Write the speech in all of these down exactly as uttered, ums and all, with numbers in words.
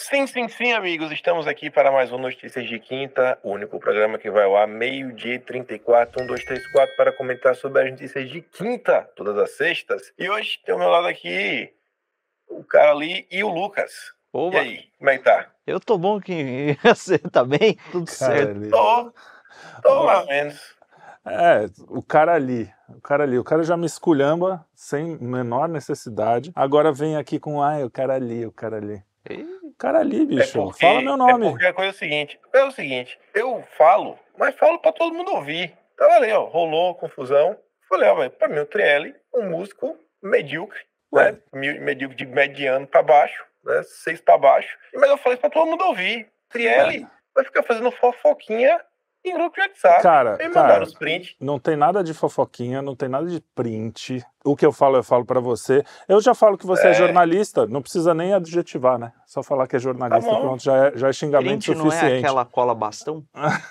Sim, sim, sim, amigos. Estamos aqui para mais um Notícias de Quinta, o único programa que vai ao ar meio-dia e trinta e quatro, um, dois, três, quatro, para comentar sobre as notícias de quinta, todas as sextas. E hoje tem ao meu lado aqui o cara ali e o Lucas. Oba. E aí, como é que tá? Eu tô bom, que você tá bem? Tudo Cara certo. ali. Tô, tô mais ou menos. É, o cara ali, o cara ali, o cara já me esculhamba sem menor necessidade. Agora vem aqui com, ai, o cara ali, o cara ali. Ih, O cara ali, bicho, porque, fala meu nome. É porque a coisa é o seguinte, é o seguinte, eu falo, mas falo pra todo mundo ouvir. Tava ali, ó, rolou confusão. Falei, ó, velho, pra mim o Trielli, um músico medíocre, Ué. né? Me- Medíocre de mediano pra baixo, né? Seis pra baixo. Mas eu falei pra todo mundo ouvir. Trielli vai ficar fazendo fofoquinha em grupo de WhatsApp. Cara, Me mandaram cara, os prints. não tem nada de fofoquinha, não tem nada de print. O que eu falo, eu falo pra você. Eu já falo que você é, É. jornalista, não precisa nem adjetivar, né? Só falar que é jornalista, Tá bom. pronto, já é, já é xingamento print não é suficiente. aquela cola bastão?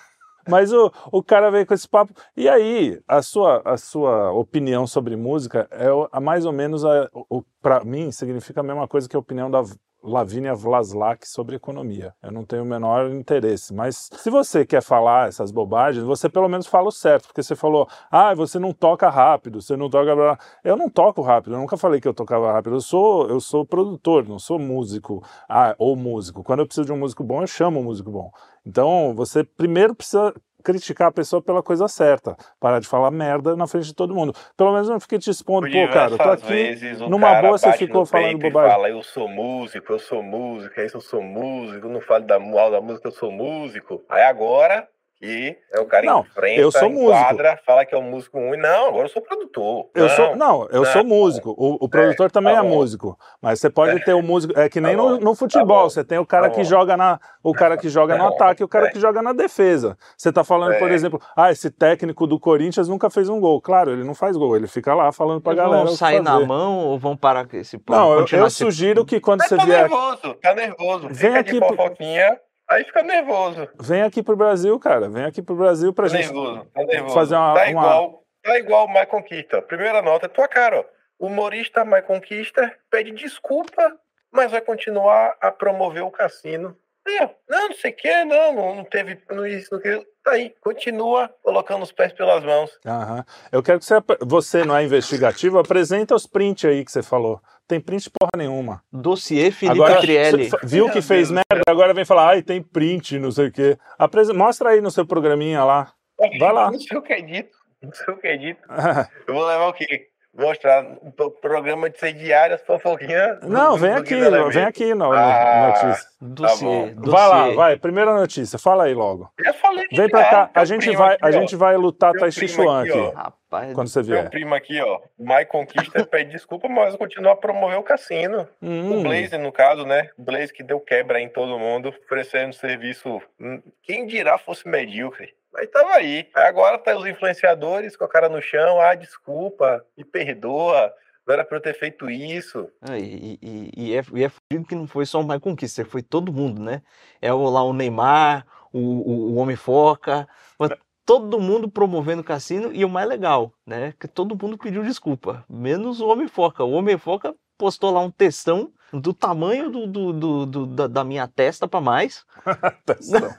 Mas o, o cara veio com esse papo. E aí, a sua, a sua opinião sobre música é o- a mais ou menos, a, o, para mim, significa a mesma coisa que a opinião da Lavínia Vlaslak sobre economia. Eu não tenho o menor interesse. Mas se você quer falar essas bobagens, você pelo menos fala o certo. Porque você falou, ah, você não toca rápido, você não toca... blá, blá." Eu não toco rápido, eu nunca falei que eu tocava rápido. Eu sou, eu sou produtor, não sou músico. Ah, ou músico. Quando eu preciso de um músico bom, eu chamo um músico bom. Então, você primeiro precisa criticar a pessoa pela coisa certa. Parar de falar merda na frente de todo mundo. Pelo menos eu não fiquei te expondo. Por Pô, cara, eu tô diversas aqui, vezes o numa cara boa você bate ficou no falando peito e bobagem. fala, eu sou músico, eu sou músico, é isso, eu sou músico, não falo da, mal da música, eu sou músico. Aí agora que é o cara Não, enfrenta, eu sou músico. enquadra, fala que é um músico ruim. Não, agora eu sou produtor. Eu não, sou, não, eu não. sou músico. O, o produtor também tá é bom. músico. Mas você pode ter o músico. É que nem Tá no, bom, no futebol. tá bom, Você tem o cara tá que bom. joga na, o cara que joga no Não, ataque e o cara é. que joga na defesa. Você tá falando, por É. exemplo, ah, esse técnico do Corinthians nunca fez um gol. Claro, ele não faz gol. Ele fica lá falando pra Eles galera vão o que sair na fazer. mão ou vão parar com esse Não, eu, continuar eu se- sugiro que quando Mas você tá vier, nervoso, tá nervoso. Vem Fica aqui de pro- fofoquinha, aí fica nervoso. vem aqui pro Brasil, cara. Vem aqui pro Brasil pra Tá gente nervoso, tá nervoso. fazer uma, Tá uma- igual, tá igual o Michael Conquista. Primeira nota é tua cara, ó. O humorista Michael Conquista pede desculpa, mas vai continuar a promover o cassino. Aí, ó, não, não sei o que, não, não, não teve não isso, não aquilo. Tá aí, continua colocando os pés pelas mãos. Aham. Eu quero que você, ap- você não é investigativo, apresenta os prints aí que você falou. Tem print porra nenhuma. Dossiê Felipe Agora, Trielli. você viu que Meu fez Deus do merda, agora vem falar, ai, tem print, não sei o quê. Apresen- Mostra aí no seu programinha lá. Vai lá. Não sei o que é dito, não sei o que é dito. Eu vou levar o quê? Mostrar um pro- programa de ser diárias, fofoquinha. do- Não, do- vem do aqui, Guilherme. vem aqui no, no- Ah, notícia. Dossiê. bom. dossiê. Vai lá, vai, primeira notícia, fala aí logo. Já falei. Vem pra já. cá, Meu a gente primo vai, aqui, a ó. gente vai lutar Meu Tai primo Chi Chuan aqui, aqui, ó. Rapaz, quando você Meu vier. primo aqui, ó. Mai Conquista pede desculpa, mas continua a promover o cassino. Hum. O Blaze, no caso, né? O Blaze que deu quebra em todo mundo, oferecendo serviço. hum, Quem dirá fosse medíocre. Mas tava aí. Aí agora tá os influenciadores com a cara no chão. Ah, desculpa, me perdoa. Não era pra eu ter feito isso. Ah, E, e, e é, e é fudido que não foi só o Michael Conquista, foi todo mundo, né? É o, lá o Neymar, o, o, o Homem-Foca, mas todo mundo promovendo o cassino, e o mais legal, né? Que todo mundo pediu desculpa, menos o Homem-Foca. O Homem-Foca postou lá um textão do tamanho do, do, do- do- da, da minha testa para mais, Atenção.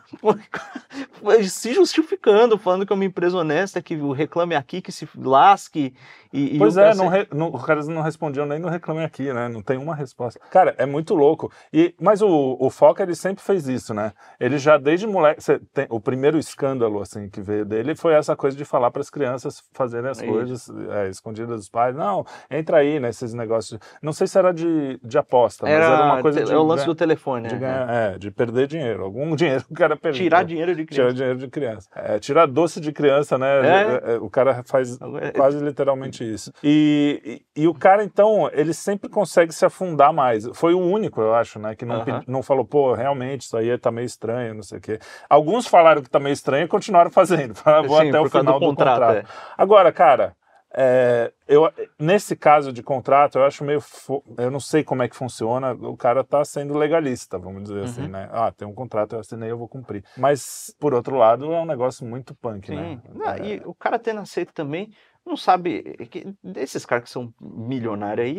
se justificando, falando que é uma empresa honesta, que o Reclame Aqui, que se lasque. E, e Pois o é, cacete. não re- não- os caras não respondiam nem no Reclame Aqui, né? Não tem uma resposta. Cara, é muito louco. E, mas o, o Foca, ele sempre fez isso, né? Ele já desde moleque... cê tem- o primeiro escândalo, assim, que veio dele foi essa coisa de falar para as crianças fazerem as Isso. coisas é, escondidas dos pais. Não, entra aí nesses negócios. de- Não sei se era de, de aposta, mas era uma coisa te- de... é o lance ganha- do telefone, de né? ganhar, é, de perder dinheiro. Algum dinheiro que o cara perdeu. Tirar dinheiro de Tirar criança. dinheiro de criança. É, tirar doce de criança, né? É. É, é, O cara faz Agora, quase literalmente isso. E, e, e o cara, então, ele sempre consegue se afundar mais. Foi o único, eu acho, né? Que não, Aham. pedi- não falou, pô, realmente, isso aí tá meio estranho, não sei o quê. Alguns falaram que tá meio estranho e continuaram fazendo. Falaram, vou Sim, até o por causa do final do contrato, contrato. é. Agora, cara... é, eu, nesse caso de contrato, eu acho meio. fo- Eu não sei como é que funciona. O cara tá sendo legalista, vamos dizer assim, Uhum. né? Ah, tem um contrato, eu assinei, eu vou cumprir. Mas, por outro lado, é um negócio muito punk, né? Sim. Não, É, E o cara tendo aceito também, não sabe. é que desses caras que são milionários aí,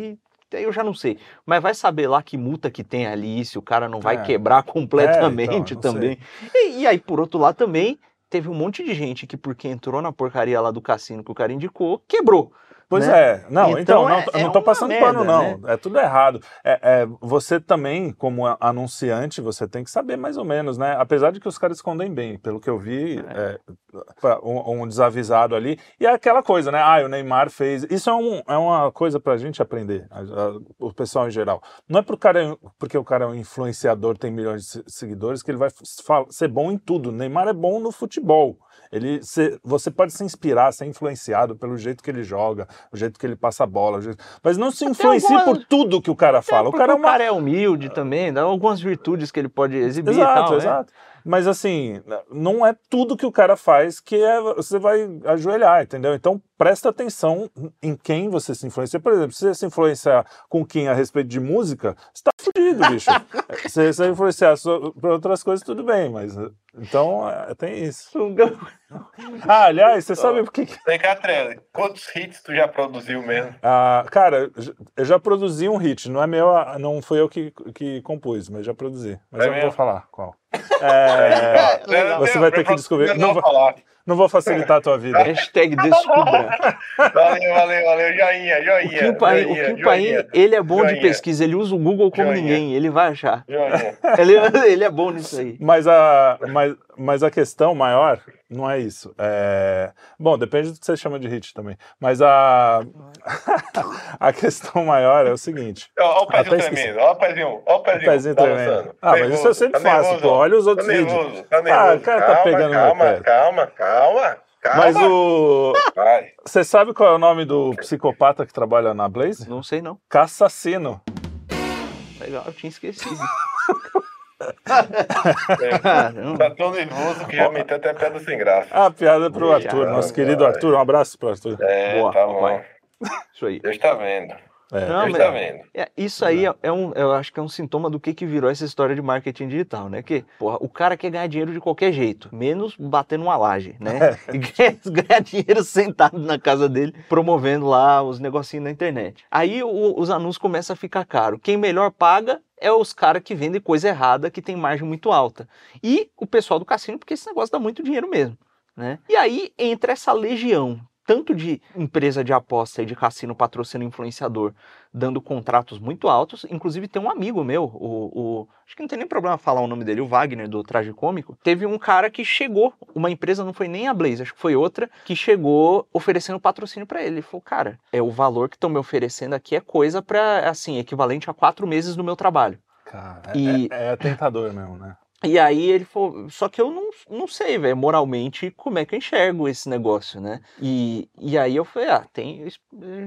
aí eu já não sei. Mas vai saber lá que multa que tem ali, se o cara não vai É. quebrar completamente É, então, não também. E, e aí, por outro lado, também teve um monte de gente que, porque entrou na porcaria lá do cassino que o cara indicou, quebrou. Pois né? é, não, então, Então, não, é- eu não é tô uma passando merda, pano, não, né? é tudo errado. É, é, você também, como a- anunciante, você tem que saber mais ou menos, né? Apesar de que os caras escondem bem, pelo que eu vi, é, um, um desavisado ali, e é aquela coisa, né? Ah, o Neymar fez. Isso é, um, é uma coisa pra gente aprender, a- a- o pessoal em geral. Não é pro cara, porque o cara é um influenciador, tem milhões de se- seguidores, que ele vai fa- ser bom em tudo. O Neymar é bom no futebol. Ele, cê- você pode se inspirar, ser influenciado pelo jeito que ele joga, o jeito que ele passa a bola, o jeito- mas não se influencie algumas- por tudo que o cara fala. O Porque cara é o uma... cara é humilde também, dá algumas virtudes que ele pode exibir Exato, e tal, né? exato. Mas assim, não é tudo que o cara faz que é, você vai ajoelhar, entendeu? Então presta atenção em quem você se influencia. Por exemplo, se você se influenciar com quem a respeito de música, você tá fudido, bicho. Se você influenciar para outras coisas, tudo bem, mas então é, tem isso. Ah, aliás, você sabe por que... que- Vem cá, Trelli, quantos hits tu já produziu mesmo? Ah, cara, eu já produzi um hit, não é meu, não foi eu que, que compus, mas já produzi. Mas É eu não vou mesmo? falar qual. É, legal. você vai ter que descobrir. Não vou, falar. não vou facilitar a tua vida. Hashtag descubra. Valeu, valeu, valeu, joinha, joinha. O Kim Paim, o joinha, Kim Paim, joinha, ele é bom de joinha. pesquisa, ele usa o Google como Joinha. ninguém, ele vai achar. joinha. Ele, ele é bom nisso aí. Mas a, mas, mas a questão maior não é isso. É, bom, depende do que você chama de hit também. Mas a, a questão maior é o seguinte. Ó, ó o pezinho Até esqueci. tremendo, ó o pezinho, ó o pezinho. Pezinho tremendo. balançando. Ah, mas isso eu sempre faço, nervoso, pô. Olha os outros tá vídeos. nervoso, tá Ah, nervoso. o cara tá calma, pegando meu calma, pé. calma, calma, calma. Mas o... Vai. Você sabe qual é o nome do psicopata que trabalha na Blaze? Não sei não. Cassacino. Legal, eu tinha esquecido. É, Caramba. tá tão nervoso que já meteu até pedra sem graça. Ah, piada pro Ih, Arthur, ah, nosso vai. querido Arthur. Um abraço pro Arthur. É, Boa, tá bom. vai. Isso aí. Deus tá vendo. É. Não, Deus mas- tá vendo. É, isso aí é, é um, eu acho que é um sintoma do que, que virou essa história de marketing digital, né? Que, porra, o cara quer ganhar dinheiro de qualquer jeito, menos batendo uma laje, né? E ganhar, ganhar dinheiro sentado na casa dele, promovendo lá os negocinhos na internet. Aí o- os anúncios começam a ficar caros. Quem melhor paga é os caras que vendem coisa errada, que tem margem muito alta. E o pessoal do cassino, porque esse negócio dá muito dinheiro mesmo, né? E aí entra essa legião, tanto de empresa de aposta e de cassino patrocínio influenciador, dando contratos muito altos. Inclusive tem um amigo meu, o, o- acho que não tem nem problema falar o nome dele, o Wagner, do Traje Cômico. Teve um cara que chegou, uma empresa, não foi nem a Blaze, acho que foi outra, que chegou oferecendo patrocínio pra ele. Ele falou, cara, é o valor que estão me oferecendo aqui é coisa pra, assim, equivalente a quatro meses do meu trabalho. Cara, E- é, é tentador mesmo, né? E aí ele falou, só que eu não, não sei, velho, moralmente, como é que eu enxergo esse negócio, né? E, e aí eu falei, ah, tem... es-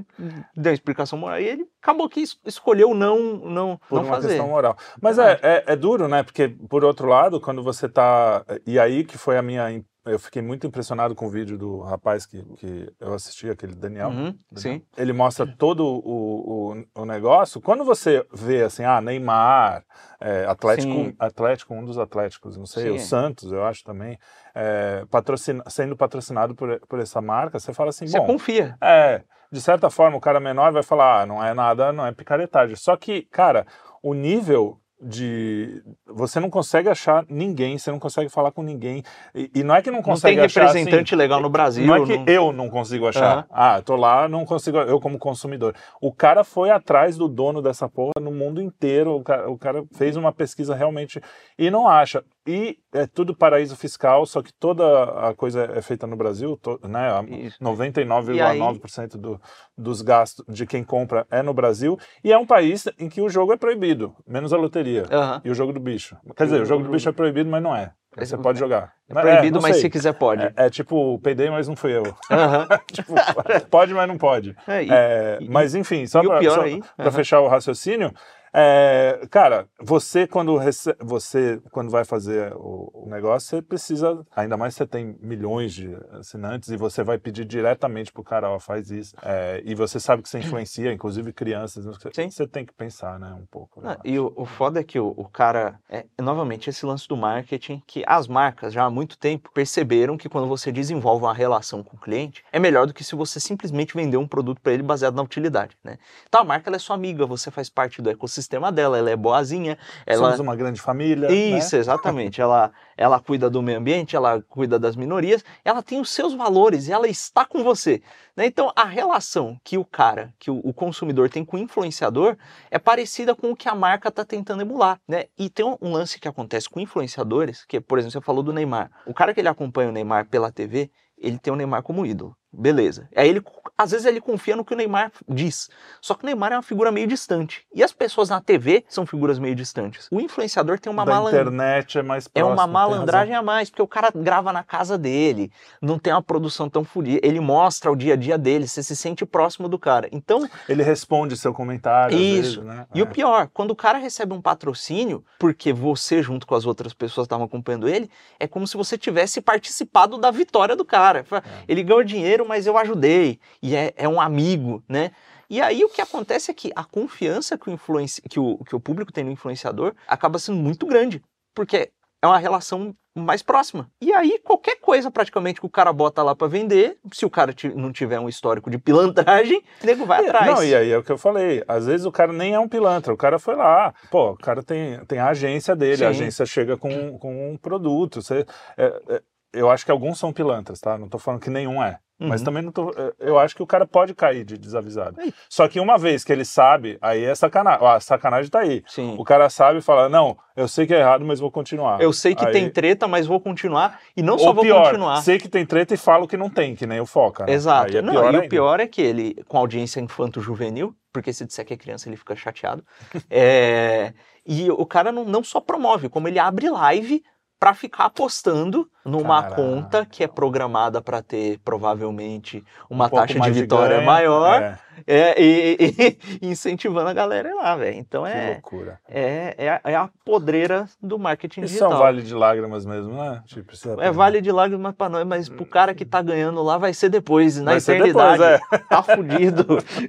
Deu uma explicação moral. E ele acabou que es- escolheu não, não, Por não uma fazer. questão moral. Mas Eu é, é, é duro, né? Porque, por outro lado, quando você tá... E aí que foi a minha... Eu fiquei muito impressionado com o vídeo do rapaz que, que eu assisti, aquele Daniel. Uhum, Daniel. sim. Ele mostra todo o, o, o negócio. Quando você vê, assim, ah, Neymar, é, Atlético, Sim. Atlético, um dos Atléticos, não sei, Sim. o Santos, eu acho também, é, patrocina, sendo patrocinado por, por essa marca, você fala assim, Você bom... confia. É, de certa forma, o cara menor vai falar, ah, não é nada, não é picaretagem. Só que, cara, o nível de... Você não consegue achar ninguém, você não consegue falar com ninguém. E, e não é que não Não consegue tem achar, representante assim, legal no Brasil. não é que não- eu não consigo achar. Aham. Ah, eu tô lá, não consigo, eu como consumidor. O cara foi atrás do dono dessa porra no mundo inteiro, o cara, o cara fez uma pesquisa realmente e não acha. E é tudo paraíso fiscal, só que toda a coisa é feita no Brasil, to, né? A Isso. noventa e nove vírgula nove por cento do, dos gastos de quem compra é no Brasil. E é um país em que o jogo é proibido, menos a loteria. Aham. E o jogo do bicho. Quer dizer, o jogo do bicho é proibido, mas não é. É- Você pode jogar. É proibido, não mas sei. se quiser pode. É, é tipo, peidei, mas não fui eu. Aham. Tipo, pode, mas não pode. É, e- É, e- mas enfim, só e o para pior aí, aham. fechar o raciocínio, É, cara, você quando, rece... você quando vai fazer o, o negócio, você precisa, ainda mais se você tem milhões de assinantes e você vai pedir diretamente pro cara, ó, faz isso. É, e você sabe que você influencia, inclusive crianças. Sim. Você tem que pensar, né, um pouco. Não, e o, o foda é que o, o cara, é, novamente, esse lance do marketing, que as marcas já há muito tempo perceberam que quando você desenvolve uma relação com o cliente, é melhor do que se você simplesmente vender um produto para ele baseado na utilidade, né? Então a marca, ela é sua amiga, você faz parte do ecossistema dela, ela é boazinha. Ela... Somos uma grande família. Isso, né? Exatamente. ela, ela cuida do meio ambiente, ela cuida das minorias, ela tem os seus valores e ela está com você. Né? Então a relação que o cara, que o, o consumidor tem com o influenciador é parecida com o que a marca está tentando emular. Né? E tem um, um lance que acontece com influenciadores, que, por exemplo, você falou do Neymar. O cara que ele acompanha o Neymar pela T V, ele tem o Neymar como ídolo. Beleza. Aí ele, às vezes ele confia no que o Neymar diz. Só que o Neymar é uma figura meio distante. E as pessoas na T V são figuras meio distantes. O influenciador tem uma malandragem. Da internet é mais próximo. É uma malandragem a mais, porque o cara grava na casa dele, não tem uma produção tão fodida. Ele mostra o dia a dia dele, você se sente próximo do cara. Então... Ele responde seu comentário. Isso. Às vezes, né? E é. o pior, quando o cara recebe um patrocínio, porque você, junto com as outras pessoas, estavam acompanhando ele, é como se você tivesse participado da vitória do cara. É. Ele ganhou dinheiro, mas eu ajudei. E é, é um amigo, né? E aí o que acontece é que a confiança que o, influenci... que, o, que o público tem no influenciador acaba sendo muito grande, porque é uma relação mais próxima. E aí qualquer coisa praticamente que o cara bota lá para vender, se o cara não tiver um histórico de pilantragem, o nego vai atrás. Não, e aí é o que eu falei, às vezes o cara nem é um pilantra, o cara foi lá, pô, o cara tem, tem a agência dele, Sim. a agência chega com, com um produto, você... É, é, eu acho que alguns são pilantras, tá? Não tô falando que nenhum é. Uhum. Mas também não tô... Eu acho que o cara pode cair de desavisado. Ei. Só que uma vez que ele sabe, aí é sacanagem. A sacanagem tá aí. Sim. O cara sabe e fala, não, eu sei que é errado, mas vou continuar. Eu sei que aí... tem treta, mas vou continuar. E não só Ou vou pior, continuar. sei que tem treta e falo que não tem, que nem o Foca. Né? Exato. Aí é não, pior e ainda. o pior é que ele, com audiência infanto-juvenil, porque se disser que é criança, ele fica chateado. é... E o cara não, não só promove, como ele abre live para ficar apostando numa Caramba. conta que é programada para ter, provavelmente, uma um taxa de vitória de maior é. É, e, e, e incentivando a galera a ir lá, velho. Então é, que loucura. É, é, a, é a podreira do marketing Isso digital. Isso é um vale de lágrimas mesmo, né? Tipo, é vale de lágrimas para nós, mas pro cara que tá ganhando lá vai ser depois, na vai eternidade. Ser depois, é. Tá fudido.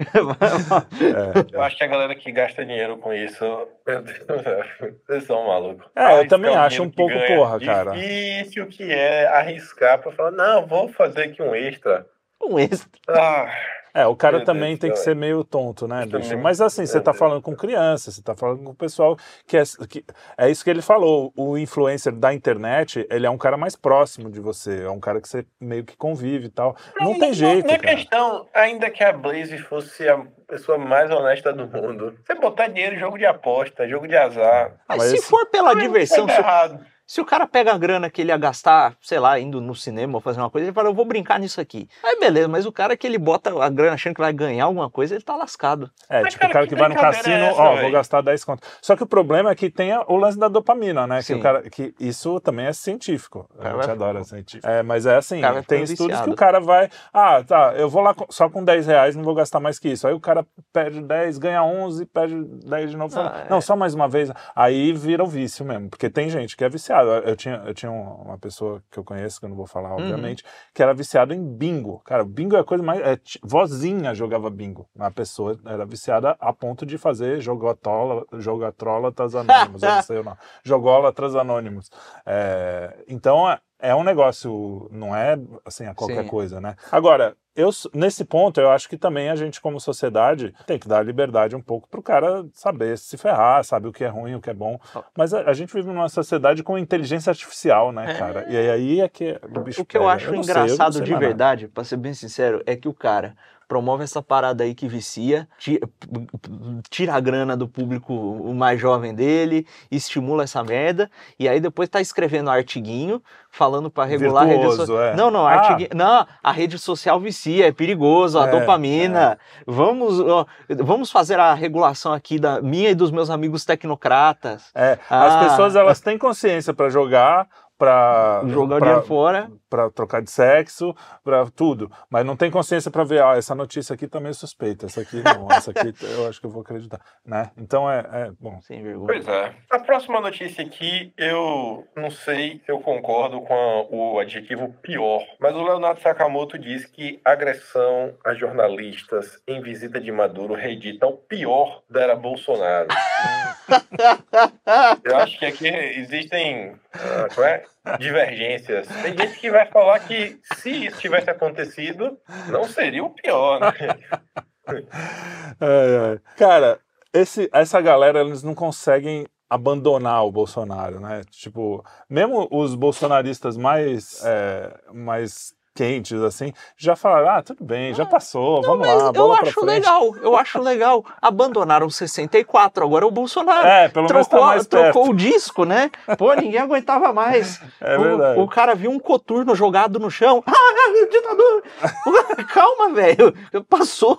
é. Eu acho que a galera que gasta dinheiro com isso, meu Deus, vocês são malucos. É, ah, eu também acho um pouco porra, cara. Difícil que é arriscar pra falar, não, vou fazer aqui um extra. Um extra. Ah, é, o cara também Deus tem Deus. que ser meio tonto, né, bicho? Mas assim, você tá falando com criança, você tá falando com o pessoal que é, que é isso que ele falou, o influencer da internet, ele é um cara mais próximo de você, é um cara que você meio que convive e tal. Não, não tem jeito, não é cara. questão, ainda que a Blaze fosse a pessoa mais honesta do mundo, você botar dinheiro em jogo de aposta, jogo de azar... Mas, mas se esse... for pela diversão... Tá errado. Se o cara pega a grana que ele ia gastar, sei lá, indo no cinema ou fazer uma coisa, ele fala, eu vou brincar nisso aqui. Aí beleza, mas o cara que ele bota a grana achando que vai ganhar alguma coisa, ele tá lascado. É, mas, tipo cara, o cara que, que vai no cassino, é essa, ó, véio? vou gastar dez contos. Só que o problema é que tem o lance da dopamina, né? Que, o cara, que isso também é científico. A gente vai... adora científico. É, mas é assim, tem estudos viciado. que o cara vai, ah, tá, eu vou lá só com dez reais, não vou gastar mais que isso. Aí o cara perde dez, ganha onze, perde dez de novo. Ah, não, é... só mais uma vez. Aí vira o vício mesmo, porque tem gente que é viciado. Eu tinha... Eu tinha uma pessoa que eu conheço, que eu não vou falar, obviamente, uhum. que era viciada em bingo. Cara, bingo é a coisa mais... É, vozinha jogava bingo. A pessoa era viciada a ponto de fazer jogotrola, jogatrólatas anônimos. eu não sei o nome. Jogólatras anônimos. É, então, é, é um negócio... Não é, assim, a qualquer Sim. coisa, né? Agora... Eu, nesse ponto, eu acho que também a gente, como sociedade, tem que dar liberdade um pouco pro cara saber se ferrar, sabe o que é ruim, o que é bom. Mas a, a gente vive numa sociedade com inteligência artificial, né, é. cara? E aí é que o bicho O que pega. eu acho eu engraçado sei, eu de verdade, pra ser bem sincero, é que o cara promove essa parada aí que vicia, tira, tira a grana do público o mais jovem dele, estimula essa merda, e aí depois tá escrevendo artiguinho, falando pra regular Virtuoso, a rede social. É. Não, não, ah. artiguinho... não, a rede social vicia, é perigoso, a é, dopamina. É. Vamos, ó, vamos fazer a regulação aqui da minha e dos meus amigos tecnocratas. É, ah. As pessoas elas têm consciência pra jogar, pra... Jogar o pra, dinheiro fora. Pra trocar de sexo, pra tudo. Mas não tem consciência pra ver, ah, essa notícia aqui tá meio suspeita, essa aqui não, essa aqui eu acho que eu vou acreditar, né? Então é, é bom. Sem vergonha. Pois é. A próxima notícia aqui, eu não sei se eu concordo com a, o adjetivo pior, mas o Leonardo Sakamoto diz que agressão a jornalistas em visita de Maduro reedita o pior da era Bolsonaro. Eu acho que aqui existem ah, como é? divergências. Tem gente que vai falar que se isso tivesse acontecido, não seria o pior, né? É, é. Cara, esse, essa galera, eles não conseguem abandonar o Bolsonaro, né? Tipo, mesmo os bolsonaristas mais, é, mais quentes, assim, já falaram, ah, tudo bem, já passou, Não, vamos mas lá, eu bola pra acho frente. legal, eu acho legal. Abandonaram sessenta e quatro, agora é o Bolsonaro. É, pelo menos trocou, tá mais trocou perto. o disco, né? Pô, ninguém aguentava mais. É verdade. O, o cara viu um coturno jogado no chão. Ah, ditador! Calma, velho. Passou.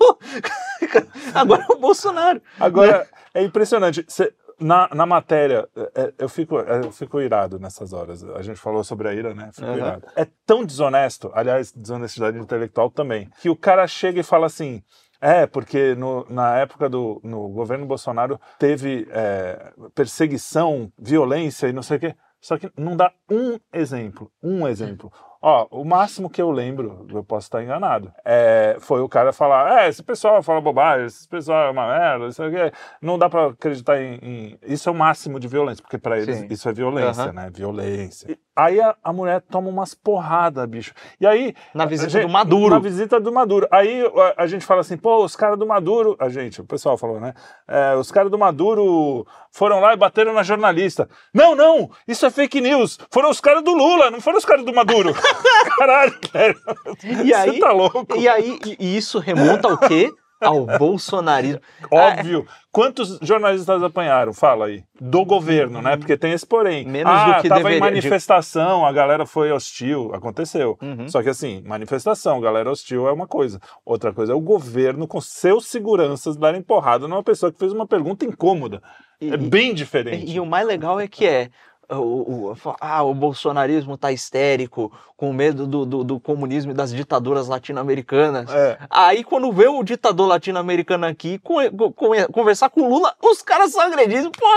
Agora é o Bolsonaro. Agora, é impressionante. Cê, na, na matéria, é, eu, fico, eu fico irado nessas horas. A gente falou sobre a ira, né? Fico Uhum. irado. É tão desonesto, aliás, desonestidade intelectual também, que o cara chega e fala assim, é, porque no, na época do no governo Bolsonaro teve é, perseguição, violência e não sei o quê. Só que não dá um exemplo, um exemplo. Ó, o máximo que eu lembro, eu posso estar enganado, é, foi o cara falar, é, esse pessoal fala bobagem, esse pessoal é uma merda, isso aqui, não dá pra acreditar em, em... Isso é o máximo de violência, porque pra eles Sim. isso é violência, Uhum. né? Violência. E aí a, a mulher toma umas porradas, bicho. E aí... Na visita a gente- do Maduro. Na visita do Maduro. Aí a, a gente fala assim, pô, os caras do Maduro... A gente, o pessoal falou, né? É, os caras do Maduro foram lá e bateram na jornalista. Não, não, isso é fake news. Foram os caras do Lula, não foram os caras do Maduro. Caralho, velho. E aí, Você tá louco? E aí, e isso remonta ao quê? Ao bolsonarismo. Óbvio. Quantos jornalistas apanharam? Fala aí. Do governo, né? Porque tem esse porém. Menos ah, do que tava deveria- em manifestação, a galera foi hostil. Aconteceu. Uhum. Só que assim, manifestação, galera hostil é uma coisa. Outra coisa é o governo com seus seguranças darem porrada numa pessoa que fez uma pergunta incômoda. E- é bem diferente. E, e o mais legal é que é o, o, ah, o bolsonarismo tá histérico, com medo do, do, do comunismo e das ditaduras latino-americanas. É. Aí quando vê o ditador latino-americano aqui com, com, conversar com o Lula, os caras são agredidos. Pô,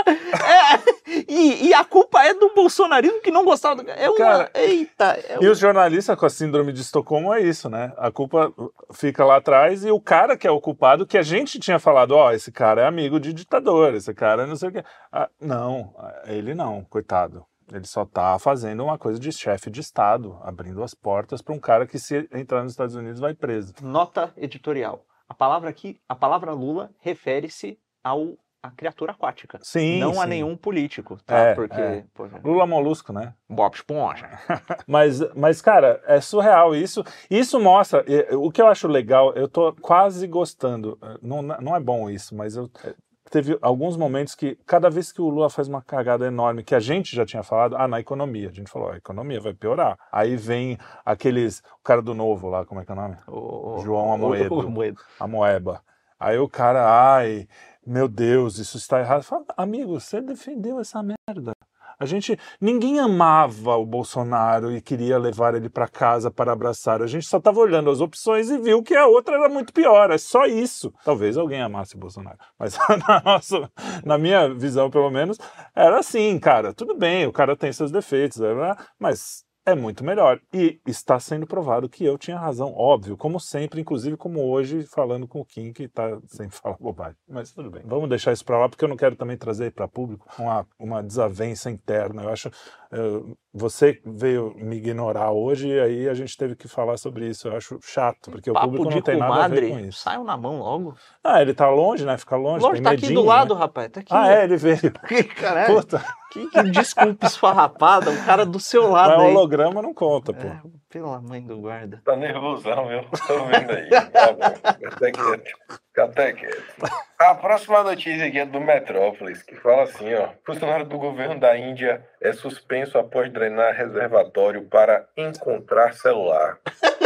é, e, e a culpa é do bolsonarismo que não gostava do... É uma... Cara, eita! É E os jornalistas com a síndrome de Estocolmo é isso, né? A culpa fica lá atrás e o cara que é o culpado, que a gente tinha falado, ó, esse cara é amigo de ditador, esse cara não sei o quê. Ah, não, ele não, coitado. Ele só tá fazendo uma coisa de chefe de Estado, abrindo as portas para um cara que, se entrar nos Estados Unidos, vai preso. Nota editorial. A palavra aqui, a palavra Lula refere-se ao a criatura aquática. Sim, não a sim. nenhum político, tá? É, Porque é. pô, Lula molusco, né? Bob Esponja. Mas, mas, cara, é surreal isso. Isso mostra, e, o que eu acho legal, eu tô quase gostando, não, não é bom isso, mas eu... Teve alguns momentos que, cada vez que o Lula faz uma cagada enorme, que a gente já tinha falado, ah, na economia. A gente falou, a economia vai piorar. Aí vem aqueles, o cara do Novo lá, como é que é o nome? O, João Amoedo. O, o Amoedo. Amoeba. Aí o cara, ai, meu Deus, isso está errado. Fala, amigo, você defendeu essa merda. A gente, ninguém amava o Bolsonaro e queria levar ele para casa para abraçar. A gente só estava olhando as opções e viu que a outra era muito pior. É só isso. Talvez alguém amasse o Bolsonaro. Mas na, nossa, na minha visão, pelo menos, era assim, cara. Tudo bem, o cara tem seus defeitos, mas é muito melhor. E está sendo provado que eu tinha razão, óbvio, como sempre, inclusive como hoje, falando com o Kim, que tá sempre fala bobagem. Mas tudo bem. Vamos deixar isso para lá, porque eu não quero também trazer para público uma, uma desavença interna. Eu acho... Eu, você veio me ignorar hoje e aí a gente teve que falar sobre isso. Eu acho chato, porque Papo o público de não tem nada comadre, a ver com isso. Saiam na mão logo. Ah, ele tá longe, né? Fica longe, Longe, tem tá aqui medinho, do lado, né? rapaz. Tá aqui. Ah, é, ele veio. Caralho. Puta, Que, que desculpa esfarrapada, o cara do seu lado mas aí. holograma não conta, pô. É, pela mãe do guarda. Tá nervosão, viu? Tô vendo aí. Tá bom. Até quieto. Fica até quieto. A próxima notícia aqui é do Metrópolis, que fala assim, ó. Funcionário do governo da Índia é suspenso após drenar reservatório para encontrar celular.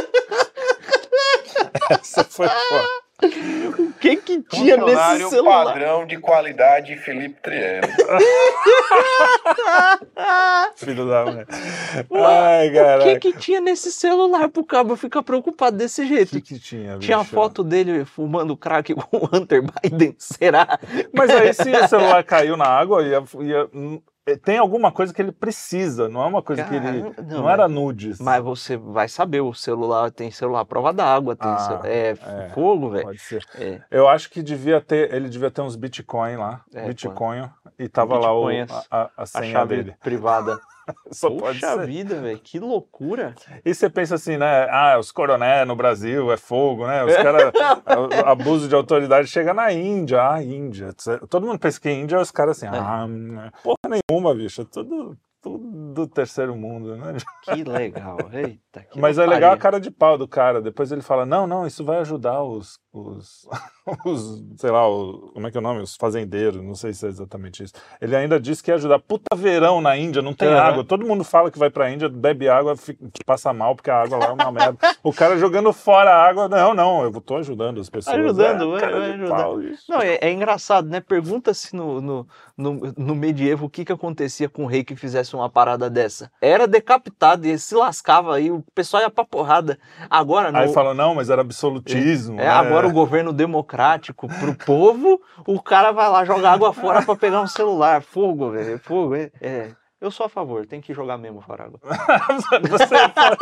Essa foi foda. O que que tinha nesse Funcionário celular? padrão de qualidade Felipe Trielli. Filho da mãe. Ai, caraca. O que que tinha nesse celular pro cabo ficar preocupado desse jeito? O que que tinha, bicho? Tinha a foto dele fumando crack com o Hunter Biden, será? Mas aí se o celular caiu na água, ia, ia, tem alguma coisa que ele precisa, não é uma coisa Cara, que ele... não, Não era nudes. Mas você vai saber, o celular tem celular à prova d'água, tem Ah, cel- é, é, fogo, velho. Pode ser. É, Eu acho que devia ter, ele devia ter uns Bitcoin lá, É, Bitcoin, e tava lá o, Bitcoins, a, a a senha chave dele. privada. Só pode Puxa ser. vida, velho, que loucura. E você pensa assim, né? Ah, os coronéis no Brasil é fogo, né? Os caras, abuso de autoridade chega na Índia. Ah, Índia. Todo mundo pensa que Índia, os caras assim, ah, porra nenhuma, bicho. Tudo, tudo do terceiro mundo, né? Que legal, eita. Que Mas é loucaria. legal a cara de pau do cara. Depois ele fala, não, não, isso vai ajudar os, os, os sei lá, os, como é que é o nome? Os fazendeiros, não sei se é exatamente isso. Ele ainda disse que ia ajudar. Puta verão na Índia, não tem Uhum. água. Todo mundo fala que vai pra Índia, bebe água, fica, passa mal, porque a água lá é uma merda. O cara jogando fora a água, não, não, eu tô ajudando as pessoas. Ajudando, é, vai, cara vai de ajudar. pau, isso. Não, é, é engraçado, né? Pergunta-se no, no, no, no medievo o que, que acontecia com o rei que fizesse uma parada dessa. Era decapitado e se lascava aí, o pessoal ia pra porrada. Agora não. Aí fala, não, mas era absolutismo. É, né? agora o governo democrático pro povo, o cara vai lá jogar água fora pra pegar um celular. Fogo, velho, fogo. É, é. Eu sou a favor, tem que jogar mesmo fora água. Você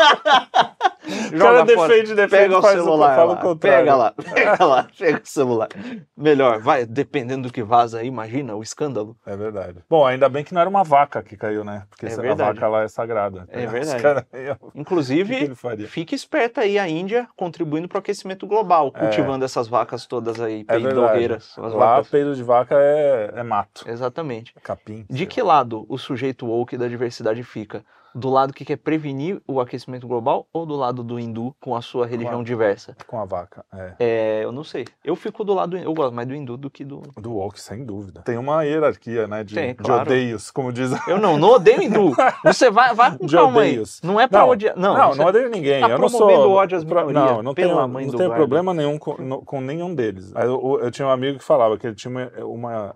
O cara defende, defende, pega o faz celular o, fala lá, o contrário. pega lá, pega lá, pega o celular. Melhor, vai, dependendo do que vaza aí, imagina o escândalo. É verdade. Bom, ainda bem que não era uma vaca que caiu, né? Porque É a verdade. vaca lá é sagrada. É Os verdade. caras iam- O que que Inclusive, ele faria? fique esperta aí a Índia contribuindo para o aquecimento global, cultivando essas vacas todas aí, É verdade. peidorreiras. as Lá, vacas. peido de vaca é, é mato. Exatamente. Capim. De sei que lá. lado o sujeito woke da diversidade fica? Do lado que quer prevenir o aquecimento global ou do lado do hindu com a sua religião Claro. diversa? Com a vaca, é. É, eu não sei. Eu fico do lado, eu gosto mais do hindu do que do... Do woke, sem dúvida. Tem uma hierarquia, né? De, Tem, de claro. odeios, como diz. Eu não, não odeio hindu. Você vai, vai com De calma aí. odeios. Não é pra Não, odiar. Não, Não, você não odeio ninguém. tá eu não promovendo sou. ódio às pro- minorias, Não, não pela tenho, mãe não do tenho guarda. problema nenhum com, no- com nenhum deles. Eu, eu tinha um amigo que falava que ele tinha uma, uma,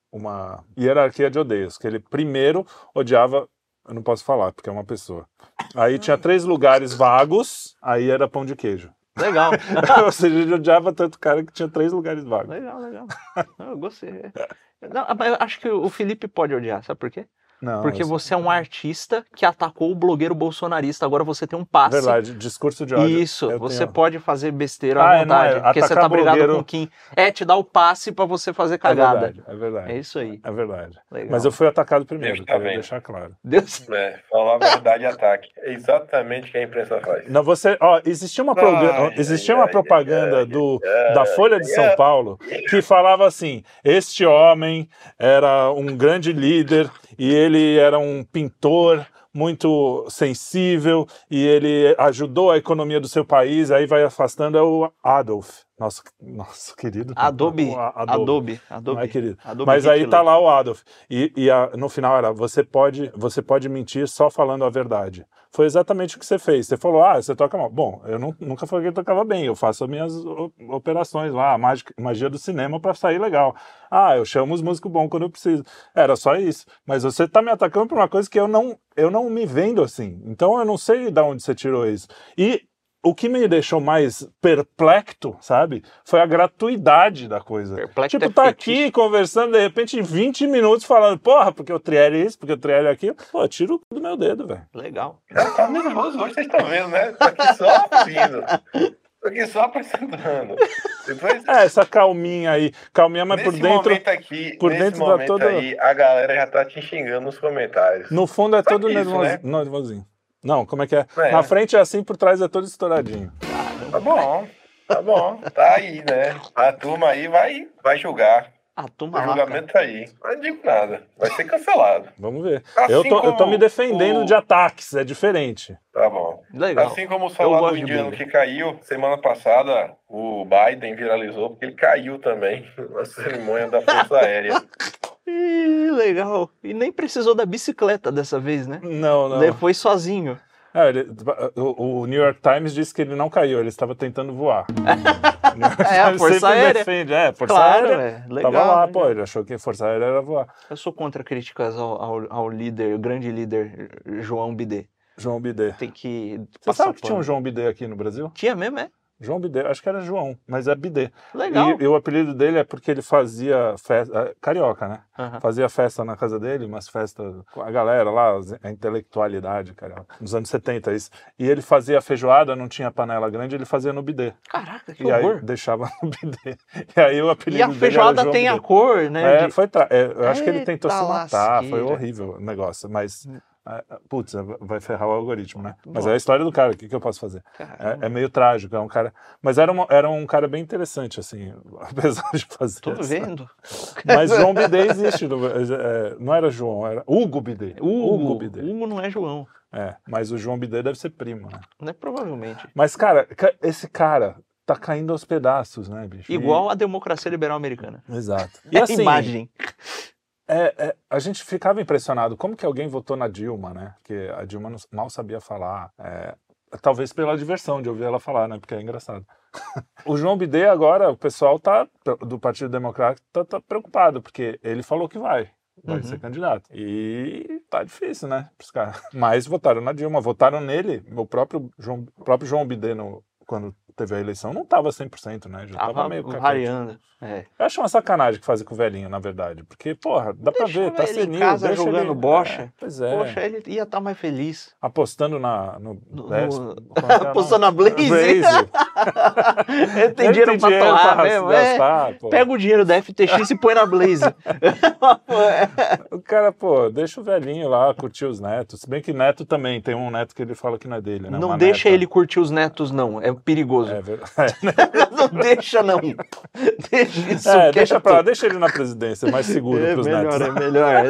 uma hierarquia de odeios. Que ele primeiro odiava. Eu não posso falar, porque é uma pessoa. Aí tinha três lugares vagos, aí era pão de queijo. Legal. Ou seja, ele odiava tanto cara que tinha três lugares vagos. Legal, legal. Não, eu gostei. Não, mas eu acho que o Felipe pode odiar, sabe por quê? Não, Porque isso- você é um artista que atacou o blogueiro bolsonarista, agora você tem um passe. Verdade, discurso de ódio. Isso, Eu você tenho- pode fazer besteira Ah, à é, não, vontade, é porque você atacar tá brigado blogueiro- com o Kim. É, te dá o passe pra você fazer É cagada. verdade, é verdade. É isso aí. É verdade. Legal. Mas eu fui atacado primeiro, Deus tá queria vendo. deixar claro. Deus... É, falar a verdade e ataque. É exatamente o que a imprensa faz. Não, você, ó, existia uma, proga- Ai, existia ai, uma ai, propaganda ai, do, ai, da Folha de ai, São ai. Paulo que falava assim: este homem era um grande líder e ele era um pintor muito sensível e ele ajudou a economia do seu país. Aí vai afastando, é o Adolf, nosso, nosso querido. Adobe, o A- Adobe, Adobe. Não é, querido? Adobe Mas aí Hitler. tá lá o Adolf. E, e a- no final era, você pode, você pode mentir só falando a verdade. Foi exatamente o que você fez. Você falou, ah, você toca mal. Bom, eu não- nunca falei que eu tocava bem. Eu faço as minhas o- operações lá, a mágica, magia do cinema pra sair legal. Ah, eu chamo os músicos bons quando eu preciso. Era só isso. Mas você tá me atacando por uma coisa que eu não, eu não me vendo assim. Então eu não sei de onde você tirou isso. E o que me deixou mais perplexo, sabe, foi a gratuidade da coisa. Perplexo Tipo, é tá fetiche. aqui conversando, de repente, em vinte minutos falando, porra, porque o triel é isso, porque o triel é aquilo. Pô, tira o cu do meu dedo, velho. Legal. Ela tá nervoso hoje, vocês estão vendo, né? Tô aqui só ouvindo. Tô aqui só apresentando. Depois, É, essa calminha aí. Calminha, mas nesse por dentro, momento aqui, por nesse dentro dá momento toda- aí, a galera já tá te xingando nos comentários. no fundo é todo isso, nervoso, né? nervosinho. Não, como é que é? É. Na frente é assim, por trás é todo estouradinho. Tá bom, tá bom. Tá aí, né? A turma aí vai, vai julgar. Ah, O toma lá, julgamento tá aí. Mas não digo nada. Vai ser cancelado. Vamos ver. Assim eu, tô, eu tô como me defendendo o- de ataques, é diferente. Tá bom. Legal. Assim como o Eu salário gosto do de indiano briga. que caiu, semana passada o Biden viralizou porque ele caiu também na cerimônia da Força Aérea. Ih, legal. E nem precisou da bicicleta dessa vez, né? Não, não. Ele foi sozinho. É, ele, o, o New York Times disse que ele não caiu, ele estava tentando voar. O New York É, a Times Força sempre Aérea. defende, é, Força Claro, Aérea. é. Legal. Tava lá, legal. pô, ele achou que a Força Aérea era voar. Eu sou contra críticas ao, ao, ao líder, o grande líder João Bidet. João Bidet. Tem que Você passar sabe que tinha um pano. João Bidet aqui no Brasil? Tinha mesmo, é? João Bidet, acho que era João, mas é Bidet. Legal. E, e o apelido dele é porque ele fazia festa, carioca, né? Aham. Fazia festa na casa dele, umas festas com a galera lá, a intelectualidade, cara, nos anos setenta, isso. E ele fazia feijoada, não tinha panela grande, ele fazia no Bidet. Caraca, que E aí horror. deixava no Bidet. E aí o apelido E a dele feijoada era João tem a Bidet. cor, né? É, de- foi tra... é, eu acho que ele tentou Eita se matar, foi lasqueira. horrível o negócio, mas... é, putz, vai ferrar o algoritmo, né? Mas Bom. é a história do cara, o que, que eu posso fazer? Caramba. É, é meio trágico, é um cara... Mas era, uma, era um cara bem interessante, assim, apesar de fazer Tô essa- vendo. Mas João Bidet existe, no- é, não era João, era Hugo Bidet. Hugo, Bidet. Hugo não é João, É, mas o João Bidet deve ser primo, né? né? Provavelmente. Mas, cara, ca- esse cara tá caindo aos pedaços, né, bicho? E- Igual a democracia liberal americana. Exato. É E assim, imagem. É, é, a gente ficava impressionado. Como que alguém votou na Dilma, né? Porque a Dilma não- mal sabia falar. É, talvez pela diversão de ouvir ela falar, né? Porque é engraçado. O João Bidet agora, o pessoal tá, do Partido Democrata tá, tá preocupado, porque ele falou que vai. Vai Uhum. ser candidato. E tá difícil, né? Pros caras. Mas votaram na Dilma, votaram nele. O próprio João, o próprio João Bidet, no, quando teve a eleição, não tava cem por cento, né? Já tava, Tava meio caquete. variando. É. Eu acho uma sacanagem que fazem com o velhinho, na verdade. Porque, porra, dá pra Deixa ver, tá ele em senil. casa deixa jogando ele... bocha. É, pois é. Poxa, ele ia estar mais feliz. Apostando na... No, No- Best- no- como é que é, Apostando não? na Blaze. Blaze. Ele tem Ele dinheiro pra dinheiro torrar pra mesmo. é. gastar, pô. Pega o dinheiro da F T X e põe na Blaze. O cara, pô, deixa o velhinho lá curtir os netos. Se bem que neto também, tem um neto que ele fala que não é dele, né? Não Uma deixa neta. ele curtir os netos, não. É perigoso. É verdade. Não deixa, não. Deixa isso É, quieto. deixa pra lá, deixa ele na presidência, é mais seguro É pros melhor, netos. é melhor.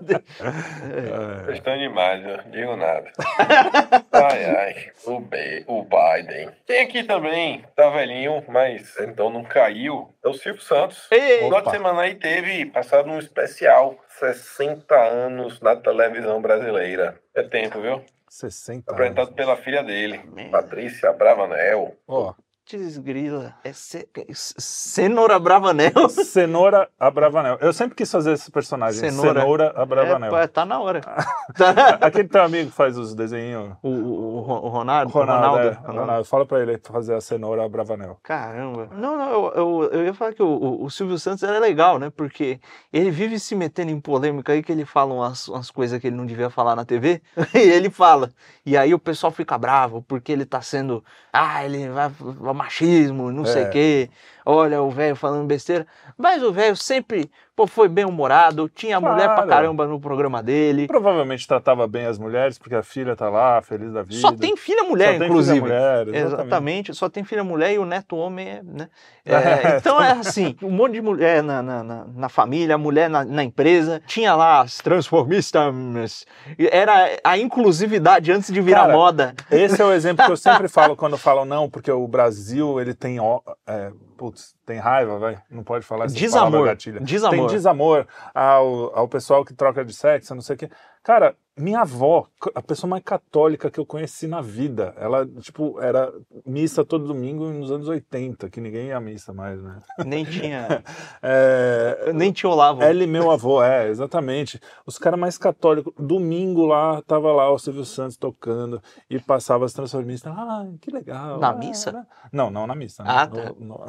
É. Vocês estão demais, eu não digo nada. Ai, ai, o, B, o Biden. Tem aqui também, tá velhinho, mas então não caiu. É o Silvio Santos. Ei. O final de semana aí teve passado um especial, sessenta anos na televisão brasileira. É tempo, viu? sessenta Apresentado anos. pela filha dele, Merda. Patrícia Bravanel. Ó, Desgrila. É ce... Cenoura Bravanel. Cenoura Abravanel. Eu sempre quis fazer esse personagem, Cenoura. Cenoura Abravanel. É, pô, tá na hora. Aquele teu amigo que faz os desenhos. O, o, o Ro- o Ronaldo? Ronaldo, Ronaldo, é, Ronaldo. Ronaldo. Fala pra ele fazer a Cenoura Abravanel. Caramba. Não, não, eu, eu, eu ia falar que o, o, o Silvio Santos era legal, né? Porque ele vive se metendo em polêmica aí que ele fala umas, umas coisas que ele não devia falar na T V. E ele fala. E aí o pessoal fica bravo porque ele tá sendo. Ah, ele vai. vai machismo, não sei o É. quê. Olha o velho falando besteira. Mas o velho sempre pô, foi bem humorado. Tinha mulher pra Claro. caramba no programa dele. Provavelmente tratava bem as mulheres, porque a filha tá lá, feliz da vida. Só tem filha mulher, Só tem inclusive. filha mulher, exatamente. Exatamente, só tem filha mulher e o neto homem é, né? É, então é assim, um monte de mulher na, na, na, na família, mulher na, na empresa, tinha lá as transformistas, era a inclusividade antes de virar Cara, moda. Esse é o exemplo que eu sempre falo quando falam não, porque o Brasil, ele tem, ó, é, putz, tem raiva, vai, não pode falar essa Desamor, palavra gatilha. desamor. Tem desamor ao, ao pessoal que troca de sexo, não sei o quê. Cara, minha avó, a pessoa mais católica que eu conheci na vida, ela, tipo, era missa todo domingo nos anos oitenta, que ninguém ia à missa mais, né? Nem tinha, É, nem tinha Olavo. Ele, meu avô, é, exatamente. Os caras mais católicos, domingo lá, tava lá o Silvio Santos tocando e passava as transformistas. Ah, que legal. Na ah, missa? né? Não, não na missa. Ah, né? tá. No- no-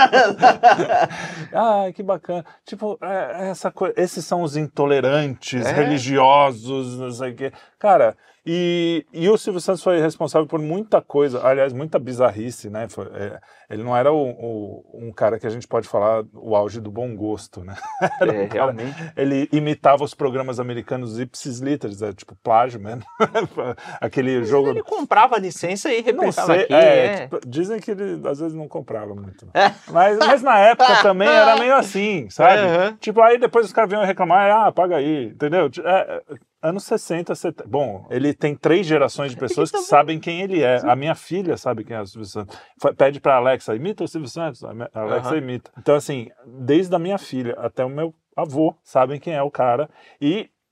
ah, que bacana. Tipo, é, essa coisa, esses são os intolerantes, É. religiosos, não sei o quê. Cara, e, e o Silvio Santos foi responsável por muita coisa, aliás, muita bizarrice, né? Foi, é, ele não era o, o- um cara que a gente pode falar o auge do bom gosto, né? Era É, um cara- realmente. Ele imitava os programas americanos ipsis literis, é, tipo plágio mesmo. Aquele jogo. Ele comprava a licença e Não replicava sei, aqui. é, é. tipo, dizem que ele às vezes não comprava muito. É. Mas, mas na época também era meio assim, sabe? Aham. Tipo, aí depois os caras vinham reclamar, ah, paga aí, entendeu? É, é, anos sessenta, setenta. Bom, ele tem três gerações de pessoas que sabem quem ele é. A minha filha sabe quem é o Silvio Santos. Fa- Pede pra Alexa, imita o Silvio Santos. A me- a Alexa Aham. imita. Então, assim, desde a minha filha até o meu avô sabem quem é o cara. E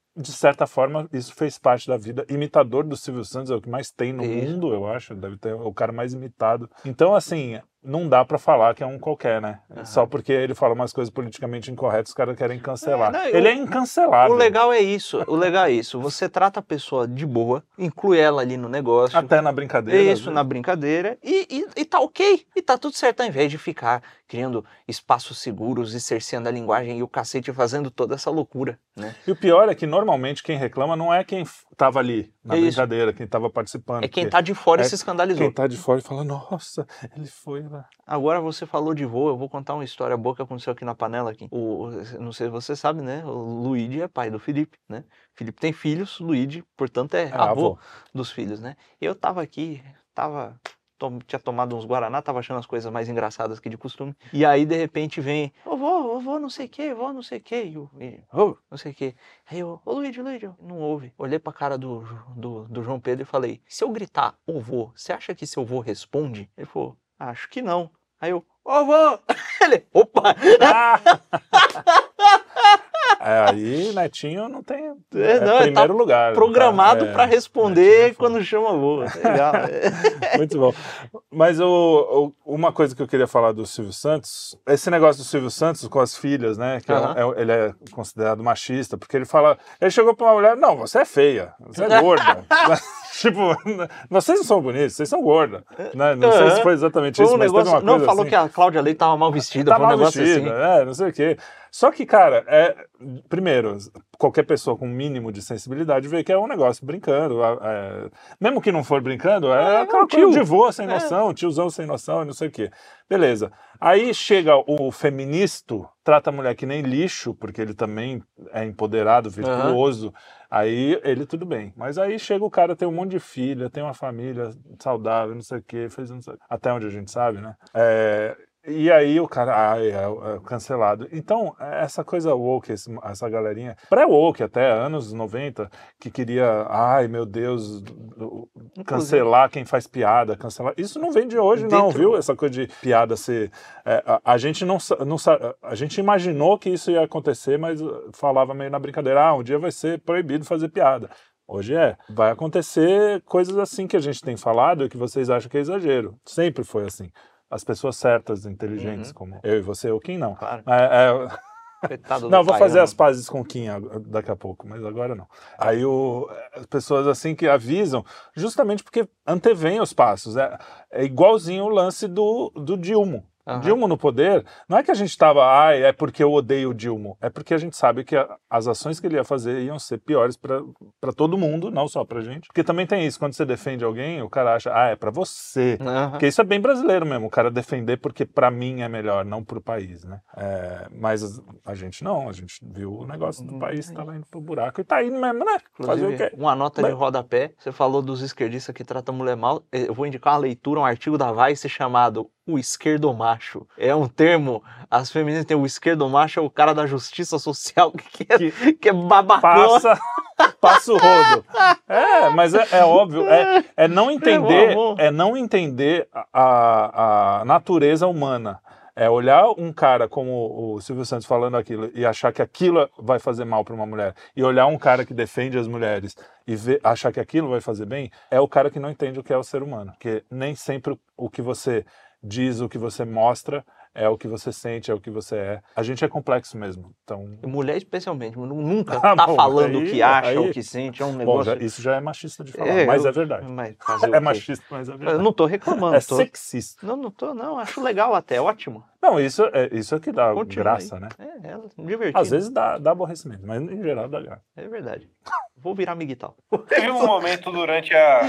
de certa forma, isso fez parte da vida. Imitador do Silvio Santos é o que mais tem no Isso. mundo, eu acho. Deve ter o cara mais imitado. Então, assim, não dá pra falar que é um qualquer, né? Aham. Só porque ele fala umas coisas politicamente incorretas, os caras querem cancelar. É, não, ele o- é incancelável. O legal é isso, o legal é isso. Você trata a pessoa de boa, inclui ela ali no negócio. Até na brincadeira. às Isso, vezes. na brincadeira, e, e, e tá ok, e tá tudo certo, ao invés de ficar criando espaços seguros e cerceando a linguagem e o cacete fazendo toda essa loucura, né? E o pior é que normalmente quem reclama não é quem f- tava ali na É isso. brincadeira, quem tava participando. É quem porque tá de fora é e se escandalizou. Quem tá de fora e fala, nossa, ele foi lá. Agora você falou de vô, eu vou contar uma história boa que aconteceu aqui na panela aqui. O, o- não sei se você sabe, né? O Luigi é pai do Felipe, né? Felipe tem filhos, Luigi, portanto, é, É, avô, avô. dos filhos, né? Eu tava aqui, tava... tom- tinha tomado uns Guaraná, tava achando as coisas mais engraçadas que de costume. E aí, de repente, vem, ô vô, ô vô, não sei o que, vô, não sei o que, e o- e, ô, não sei o que. Aí eu, ô Luigi, Luigi, eu, não ouve. Olhei pra cara do, do, do João Pedro e falei, se eu gritar, ô vô, você acha que seu vô responde? Ele falou, acho que não. Aí eu, ô vô! Ele, opa! Ah! É, aí Netinho não tem. É, É, não, ele primeiro tá lugar. Programado tá? É, pra Netinho responder é foda. quando chama vô. Legal. Muito bom. Mas o, o- uma coisa que eu queria falar do Silvio Santos, esse negócio do Silvio Santos com as filhas, né? Que é um- Aham. é- ele é considerado machista, porque ele fala. Ele chegou pra uma mulher, não, você é feia, você é gorda. Tipo, vocês não são bonitos, vocês são gordas. Né? Não sei se foi exatamente Foi isso, um mas negócio. teve uma Não, coisa falou assim. que a Cláudia Leite tava mal vestida. Tá foi um mal negócio vestida, assim. é, não sei o quê. Só que, cara, é, primeiro, qualquer pessoa com um mínimo de sensibilidade vê que é um negócio brincando. é, mesmo que não for brincando, é, É, aquela um tio. coisa de vô sem É. noção, tiozão sem noção e não sei o quê. Beleza. Aí chega o feministo, trata a mulher que nem lixo, porque ele também é empoderado, virtuoso. Aí ele tudo bem. Mas aí chega o cara, tem um monte de filha, tem uma família saudável, não sei o quê, fez não sei, até onde a gente sabe, né? É, e aí o cara, ai, é, é cancelado. Então, essa coisa woke, esse- essa galerinha, pré-woke até, anos noventa, que queria, ai meu Deus, cancelar quem faz piada, cancelar. Isso não vem de hoje, não, Dentro- viu? Essa coisa de piada ser. é, a, a gente não, sa- não sa- a gente imaginou que isso ia acontecer, mas uh, falava meio na brincadeira, ah, um dia vai ser proibido fazer piada. Hoje é. Vai acontecer coisas assim que a gente tem falado e que vocês acham que é exagero. Sempre foi assim. As pessoas certas, inteligentes, Uhum. como eu e você, ou quem não. Claro. É, é, Coitado do não, vou pai, fazer né? as pazes com o Kim ag- daqui a pouco, mas agora não. Aí o, as pessoas assim que avisam, justamente porque antevêm os passos. É, é igualzinho o lance do, do Dilma. Aham. Dilma no poder, não é que a gente estava, ah, é porque eu odeio o Dilma, é porque a gente sabe que a- as ações que ele ia fazer iam ser piores para todo mundo, não só pra gente. Porque também tem isso, quando você defende alguém, o cara acha, ah, é pra você. Aham. Porque isso é bem brasileiro mesmo, o cara defender porque pra mim é melhor, não pro país, né? É, mas a gente não, a gente viu o negócio do país, tava indo pro buraco e tá indo mesmo, né? Fazer o Inclusive, quê? uma nota de Mas- rodapé. Você falou dos esquerdistas que tratam a mulher mal. Eu vou indicar uma leitura, um artigo da Vice chamado O Esquerdomacho. É um termo, as feministas têm o esquerdomacho, é o cara da justiça social que é, que é babacão. Passa, passa o rodo. É, mas é, é óbvio, é, é não entender, bom. é não entender a, a, a natureza humana. É olhar um cara como o Silvio Santos falando aquilo e achar que aquilo vai fazer mal para uma mulher, e olhar um cara que defende as mulheres e ver, achar que aquilo vai fazer bem, é o cara que não entende o que é o ser humano. Porque nem sempre o que você diz, o que você mostra, é o que você sente, é o que você é. A gente é complexo mesmo. Então, E mulher especialmente, nunca Ah, tá bom, falando o aí- que acha, aí- o que sente, é um bom, negócio... já- isso já é machista de falar, É, mas eu- é verdade. Mas fazer o É quê? machista, mas é Eu verdade. não tô reclamando. É tô... sexista. Não, não tô, não. Acho legal até, ótimo. Não, isso é, isso é que dá Continua graça, aí. né? É, é divertido. Às vezes dá, dá aborrecimento, mas em geral dá graça. É verdade. Vou virar miguital. Teve um momento durante a,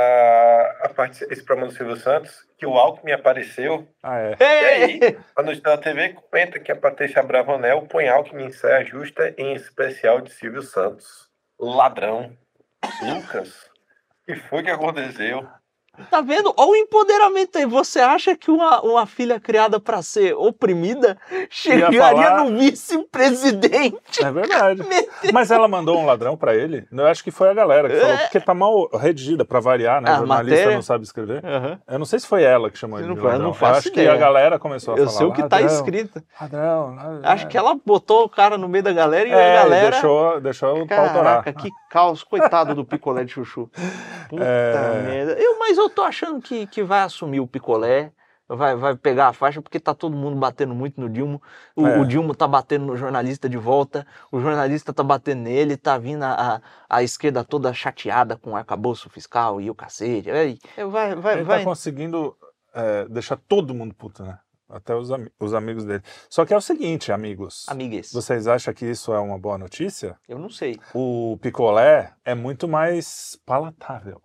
a, a parte, esse programa do Silvio Santos que o Alckmin apareceu. Ah, é. E aí, a noite da T V comenta que a Patrícia Bravanel põe Alckmin em saia justa em especial de Silvio Santos. Ladrão. Lucas, o que foi que aconteceu? Tá vendo? Olha o empoderamento aí. Você acha que uma, uma filha criada pra ser oprimida chegaria falar... no vice-presidente? É verdade. Mas ela mandou um ladrão pra ele? Eu acho que foi a galera que falou, É. porque tá mal redigida, pra variar, né? A O jornalista matéria? não sabe escrever. Uhum. Eu não sei se foi ela que chamou ele Não de foi, eu ladrão. não faço Eu acho ideia. que a galera começou a Eu falar, sei o que tá ladrão, escrito. Ladrão, ladrão. Acho que ela botou o cara no meio da galera e É, a galera... deixou, deixou o pau torar. Caraca, que caos. Coitado do picolé de chuchu. Puta É. merda. Eu, mas eu tô achando que, que vai assumir o picolé, vai, vai pegar a faixa, porque tá todo mundo batendo muito no Dilma. O, É. o Dilma tá batendo no jornalista de volta, o jornalista tá batendo nele, tá vindo a, a, a esquerda toda chateada com o arcabouço fiscal e o cacete. Vai, vai, vai. Ele vai. tá conseguindo é, deixar todo mundo puto, né? Até os, ami os amigos dele. Só que é o seguinte, amigos. Amigues. Vocês acham que isso é uma boa notícia? Eu não sei. O picolé é muito mais palatável.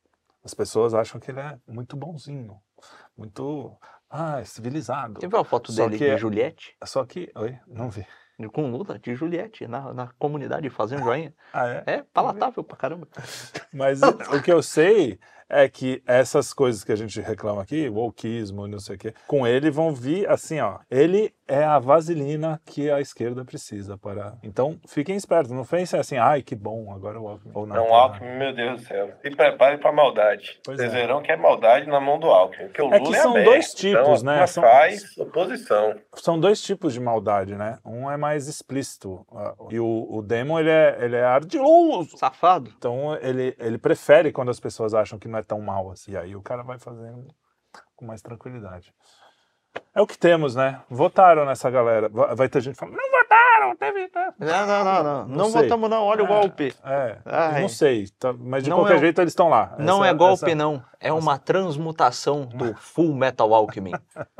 As pessoas acham que ele é muito bonzinho. Muito ah, civilizado. Você viu a foto Só dele que de é- Juliette? Só que... Oi? Não vi. Com Lula, de Juliette, na, na comunidade, fazendo joinha. Ah, é? É palatável pra caramba. Mas o que eu sei é que essas coisas que a gente reclama aqui, wokeismo, não sei o quê, com ele vão vir assim, ó. Ele é a vaselina que a esquerda precisa para... Então, fiquem espertos. Não pensem assim, ai, que bom, agora o Alckmin. Ou não, É um tá Alckmin, meu Deus do céu. Se prepare pra maldade. Pois Vocês é. verão que é maldade na mão do Alckmin. Porque o É Lula que é são aberto, dois tipos, então, né? uma São- faz oposição. São dois tipos de maldade, né? Um é mais explícito. ah, E o, o Demon, ele é, ele é ardiloso. Safado. Então, ele, ele prefere quando as pessoas acham que não é tão mal assim. E aí o cara vai fazendo com mais tranquilidade. É o que temos, né? Votaram nessa galera. Va- Vai ter gente falando, não votaram, teve... Não, não, não, não. Não, sei. votamos não, olha o golpe. É, Ai. eu não sei, tá- mas de Não qualquer é- jeito eles estão lá. Não Essa- é golpe, essa- não. É uma transmutação do Full Metal Alchemy.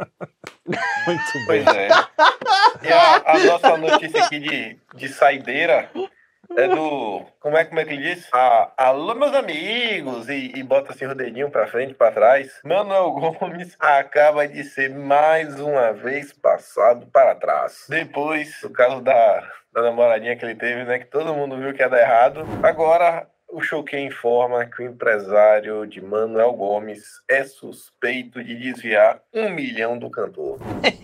Muito bem. Pois é. E a, a nossa notícia aqui de, de saideira é do... Como é, como é que ele diz? A, alô, meus amigos! E, e bota assim o dedinho pra frente, pra trás. Manuel Gomes acaba de ser mais uma vez passado para trás. Depois do caso da, da namoradinha que ele teve, né? Que todo mundo viu que ia dar errado. Agora... O Choquei informa que o empresário de Manuel Gomes é suspeito de desviar um milhão do cantor.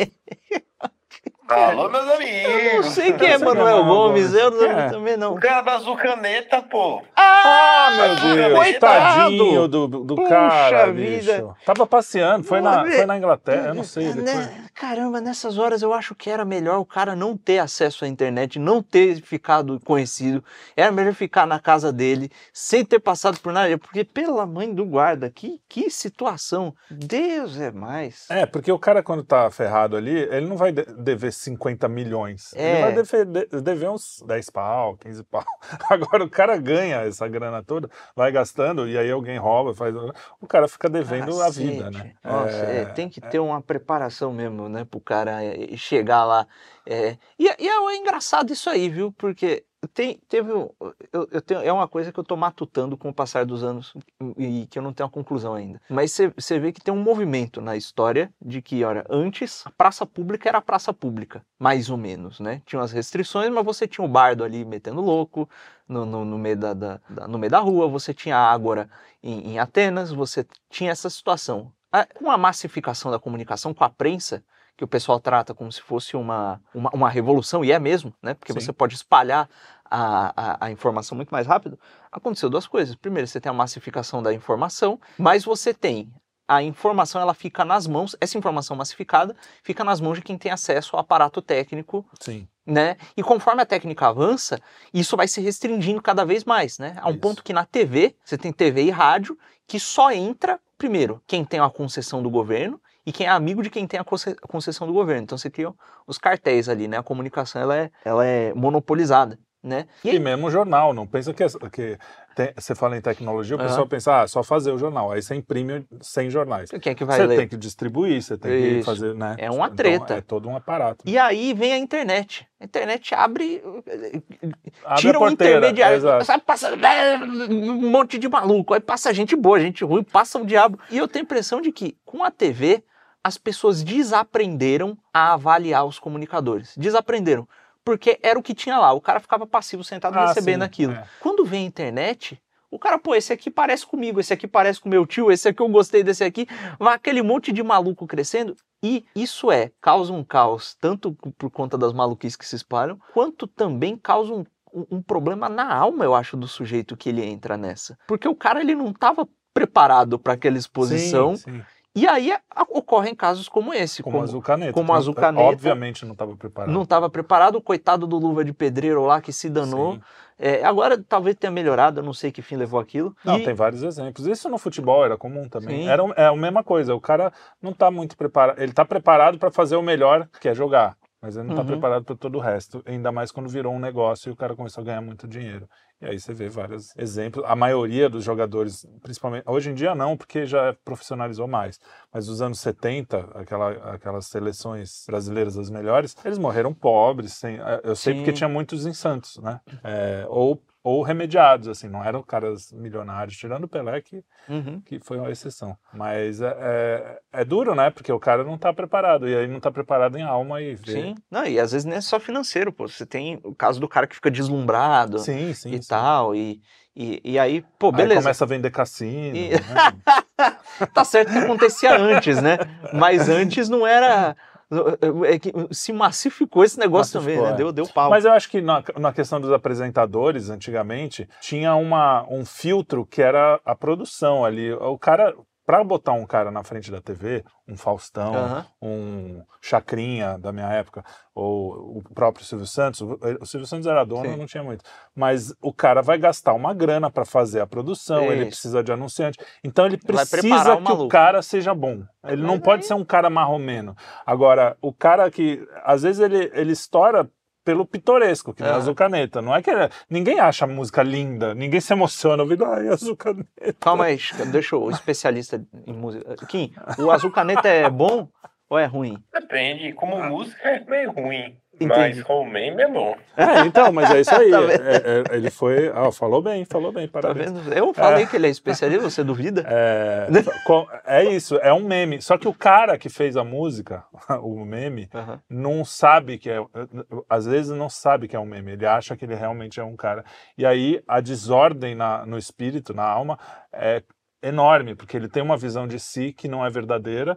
Alô, meus amigos! Eu não sei quem é Eu sei Manuel quem é Manuel Gomes, eu Gomes. não- É. também não. O cara da Azul Caneta, pô! Ah, meu Deus! coitado! Tadinho do, do Puxa cara, vida. bicho. Tava passeando, foi na, Mas, foi na Inglaterra, eu não sei. É, Depois... né? Caramba, nessas horas eu acho que era melhor o cara não ter acesso à internet, não ter ficado conhecido. Era melhor ficar na casa dele, sem ter passado por nada. Porque, pela mãe do guarda, que, que situação. Deus é mais. É, porque o cara quando tá ferrado ali, ele não vai de- dever cinquenta milhões. É. Ele vai dever, de- dever uns dez pau, quinze pau. Agora o cara ganha essa grana toda, vai gastando, e aí alguém rouba, faz... O cara fica devendo a vida, Cacete. né? Nossa, É, é, tem que ter uma preparação mesmo, né, pro cara é, chegar lá. É. E, e é, é engraçado isso aí, viu? Porque tem, teve, um- eu, eu tenho, é uma coisa que eu tô matutando com o passar dos anos e que eu não tenho a conclusão ainda. Mas você vê que tem um movimento na história de que, olha, antes a praça pública era a praça pública, mais ou menos, né? Tinha umas restrições, mas você tinha o bardo ali metendo louco no, no, no, meio, da, da, da- no meio da rua, você tinha a Ágora em, em Atenas, você tinha essa situação. A- Com a massificação da comunicação, com a prensa, que o pessoal trata como se fosse uma, uma, uma revolução, e é mesmo, né? Porque Sim. você pode espalhar a, a, a informação muito mais rápido. Aconteceu duas coisas. Primeiro, você tem a massificação da informação, mas você tem a informação, ela fica nas mãos, essa informação massificada fica nas mãos de quem tem acesso ao aparato técnico, sim. né? E conforme a técnica avança, isso vai se restringindo cada vez mais, né? A um Isso. ponto que na T V, você tem T V e rádio, que só entra, primeiro, quem tem a concessão do governo e quem é amigo de quem tem a conce- a concessão do governo. Então você cria os cartéis ali, né? A comunicação, ela é, ela é monopolizada, né? E E aí, mesmo o jornal, não pensa que, é- que tem- você fala em tecnologia, o Aham. pessoal pensa, ah, só fazer o jornal, aí você imprime cem jornais. quem é que vai Você ler? tem que distribuir, você tem que Isso. fazer, né? É uma Então, treta. é todo um aparato. E aí vem a internet. A internet abre, Abre tira a um porteira, intermediário, exato. sabe, passa um monte de maluco, aí passa gente boa, gente ruim, passa o diabo. E eu tenho a impressão de que com a T V as pessoas desaprenderam a avaliar os comunicadores. Desaprenderam. Porque era o que tinha lá. O cara ficava passivo, sentado, Ah, recebendo sim, aquilo. é. Quando vem a internet, O cara, pô, esse aqui parece comigo, esse aqui parece com meu tio, esse aqui eu gostei desse aqui. Vai aquele monte de maluco crescendo. E isso é, causa um caos, tanto por conta das maluquices que se espalham, quanto também causa um, um problema na alma, eu acho, do sujeito que ele entra nessa. Porque o cara, ele não estava preparado para aquela exposição. Sim, sim. E aí a, ocorrem casos como esse. Como, como Azul Caneta. Como Azul Caneta. Obviamente não estava preparado. Não estava preparado, o coitado do Luva de Pedreiro lá que se danou. É, agora talvez tenha melhorado, eu não sei que fim levou aquilo. Não, e... tem vários exemplos. Isso no futebol era comum também. Era, é a mesma coisa, o cara não está muito preparado. Ele está preparado para fazer o melhor, que é jogar. Mas ele não está uhum. preparado para todo o resto, ainda mais quando virou um negócio e o cara começou a ganhar muito dinheiro. E aí você vê vários exemplos. A maioria dos jogadores, principalmente... Hoje em dia não, porque já profissionalizou mais. Mas nos anos setenta, aquela, aquelas seleções brasileiras as melhores, eles morreram pobres. Sem, eu sei Sim. porque tinha muitos em Santos, né? É, ou, ou remediados, assim, não eram caras milionários, tirando o Pelé, que, uhum. que foi uma exceção. Mas é, é, é duro, né? Porque o cara não está preparado. E aí não está preparado em alma e vê. Sim. Não, e às vezes não é só financeiro, pô. Você tem o caso do cara que fica deslumbrado. Sim, sim. E tal, e, e, e aí, pô, beleza. Aí começa a vender cassino. E... Né? Tá certo que acontecia antes, né? Mas antes não era... É que se massificou esse negócio massificou, também, né? É. Deu, deu pau. Mas eu acho que na, na questão dos apresentadores, antigamente, tinha uma, um filtro que era a produção ali. O cara... Pra botar um cara na frente da T V, um Faustão, uhum. um Chacrinha da minha época, ou o próprio Silvio Santos, o Silvio Santos era dono, Sim. não tinha muito, mas o cara vai gastar uma grana para fazer a produção, Isso. ele precisa de anunciante, então ele precisa o que o cara seja bom, ele não pode ser um cara marromeno. Agora, o cara que, às vezes ele, ele estoura pelo pitoresco, que nem é. Azul Caneta. Não é que ele, ninguém acha a música linda, ninguém se emociona ouvindo, ai, Azul Caneta. Calma aí, deixa o especialista em música. Kim, o Azul Caneta é bom ou é ruim? Depende, como música é meio ruim. Entendi. Mas como meme é bom. É, então, mas é isso aí. Tá é, é, ele foi. Ah, falou bem, falou bem, parabéns. Tá vendo? Eu falei é. que ele é especialista, você duvida? É, é isso, é um meme. Só que o cara que fez a música, o meme, uhum. não sabe que é. Às vezes não sabe que é um meme. Ele acha que ele realmente é um cara. E aí a desordem na, no espírito, na alma, é enorme, porque ele tem uma visão de si que não é verdadeira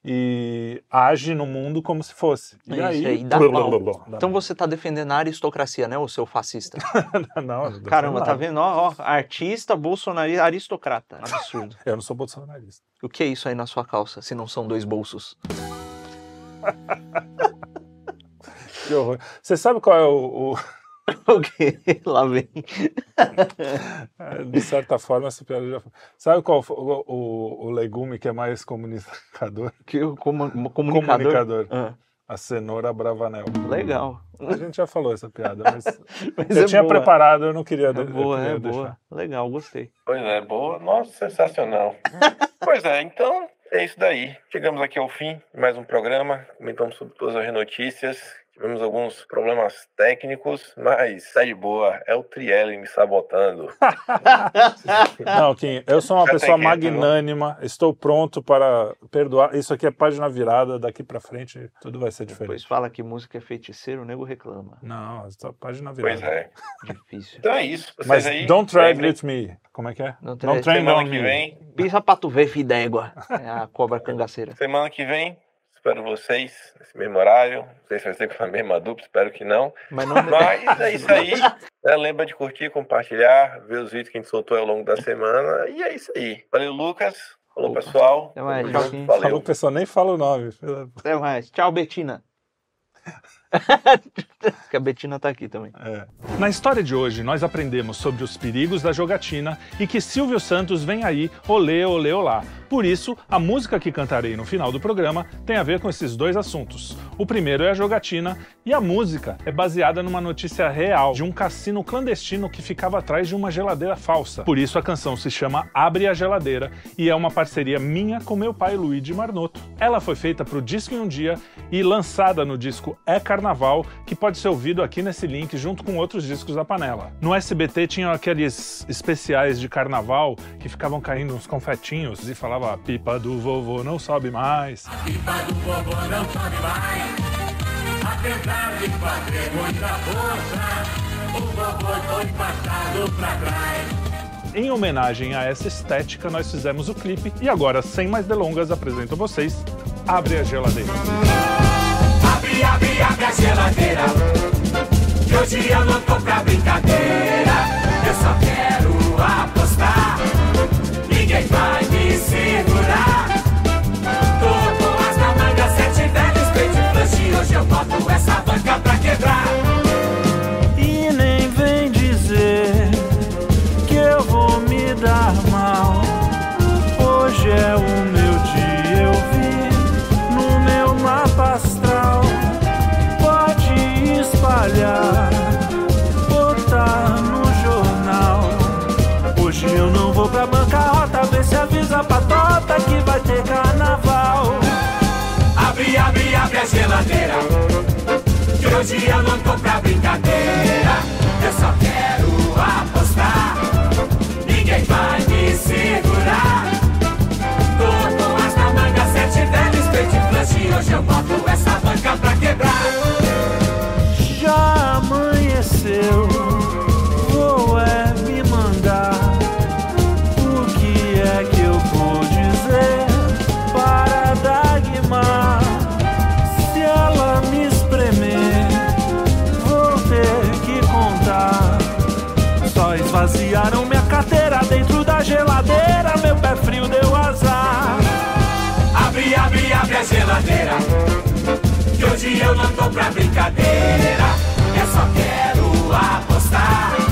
e age no mundo como se fosse. E é aí, aí dá blá, blá, blá, blá. Então você está defendendo a aristocracia, né, o seu fascista? não, não Caramba, tá vendo? Ó, ó, artista, bolsonarista, aristocrata. Absurdo. Eu não sou bolsonarista. O que é isso aí na sua calça, se não são dois bolsos? Que horror. Você sabe qual é o... o... O quê? Lá vem. De certa forma, essa piada já foi. Sabe qual o, o, o legume que é mais comunicador? Que, como, comunicador? Comunicador. Ah. A cenoura bravanel. Legal. A gente já falou essa piada, mas, mas eu é tinha boa. preparado, eu não queria, é de, boa, eu queria é deixar. Boa. Legal, gostei. Pois é, boa. Nossa, sensacional. Pois é, então é isso daí. Chegamos aqui ao fim de mais um programa. Comentamos sobre todas as notícias. Tivemos alguns problemas técnicos, mas tá de boa. É o Triellen me sabotando. Não, Kim, eu sou uma Já pessoa magnânima, estou pronto para perdoar. Isso aqui é página virada, daqui para frente tudo vai ser diferente. Depois fala que música é feiticeiro, o nego reclama. Não, é página virada. Pois é. Difícil. Então é isso. Vocês mas aí, don't trade with me. Como é que é? Don't Don't trade Semana on que me. vem. Pisa pra tu ver, filho d'égua. É a cobra cangaceira. Semana que vem. Espero vocês nesse mesmo horário. Não sei se vai ser com a mesma dupla, espero que não. Mas, não... Mas é isso aí. Né? Lembra de curtir, compartilhar, ver os vídeos que a gente soltou ao longo da semana. E é isso aí. Valeu, Lucas. Falou, Opa. pessoal. Até mais. Tchau, Valeu. Falou, pessoal. Nem fala o nome. Até mais. Tchau, Betina. Que a Betina tá aqui também. É. Na história de hoje, nós aprendemos sobre os perigos da jogatina e que Silvio Santos vem aí, olê, olê, olá. Por isso, a música que cantarei no final do programa tem a ver com esses dois assuntos. O primeiro é a jogatina e a música é baseada numa notícia real de um cassino clandestino que ficava atrás de uma geladeira falsa. Por isso a canção se chama Abre a Geladeira e é uma parceria minha com meu pai Luigi Marnoto. Ela foi feita pro Disco em um Dia e lançada no disco É Carnaval, que pode ser ouvido aqui nesse link junto com outros discos da panela. No S B T tinham aqueles especiais de carnaval que ficavam caindo uns confetinhos e falavam a pipa do vovô não sobe mais. A pipa do vovô não sobe mais, apesar de fazer muita força, o vovô foi passado pra trás. Em homenagem a essa estética, nós fizemos o clipe e agora, sem mais delongas, apresento a vocês Abre a Geladeira. Abre, abre, abre a geladeira, que hoje eu não tô pra brincadeira. Eu só quero apostar, ninguém vai me segurar. Tô com as na manga, sete velhos, peito e flush, hoje eu boto essa banca pra quebrar. E nem vem dizer que eu vou me dar mal. Hoje é o meu dia, eu vi no meu mapa astral. Pode espalhar, botar no jornal. Hoje eu não vou pra bancarrota, vê se avisa pra tota que vai ter carnaval. Abre, abre, abre a geladeira, que hoje eu não tô pra brincadeira. Eu só quero apostar, ninguém vai me segurar. Tô com as na manga, sete velhos, peito e flush, hoje eu boto essa banca pra quebrar. Já amanheceu, vou é me mandar. O que é que eu vou dizer para Dagmar? Se ela me espremer, vou ter que contar. Só esvaziaram minha carteira dentro da geladeira, meu pé frio deu azar. Abre, abre, abre a geladeira, que hoje eu não tô pra brincadeira. Eu só quero apostar,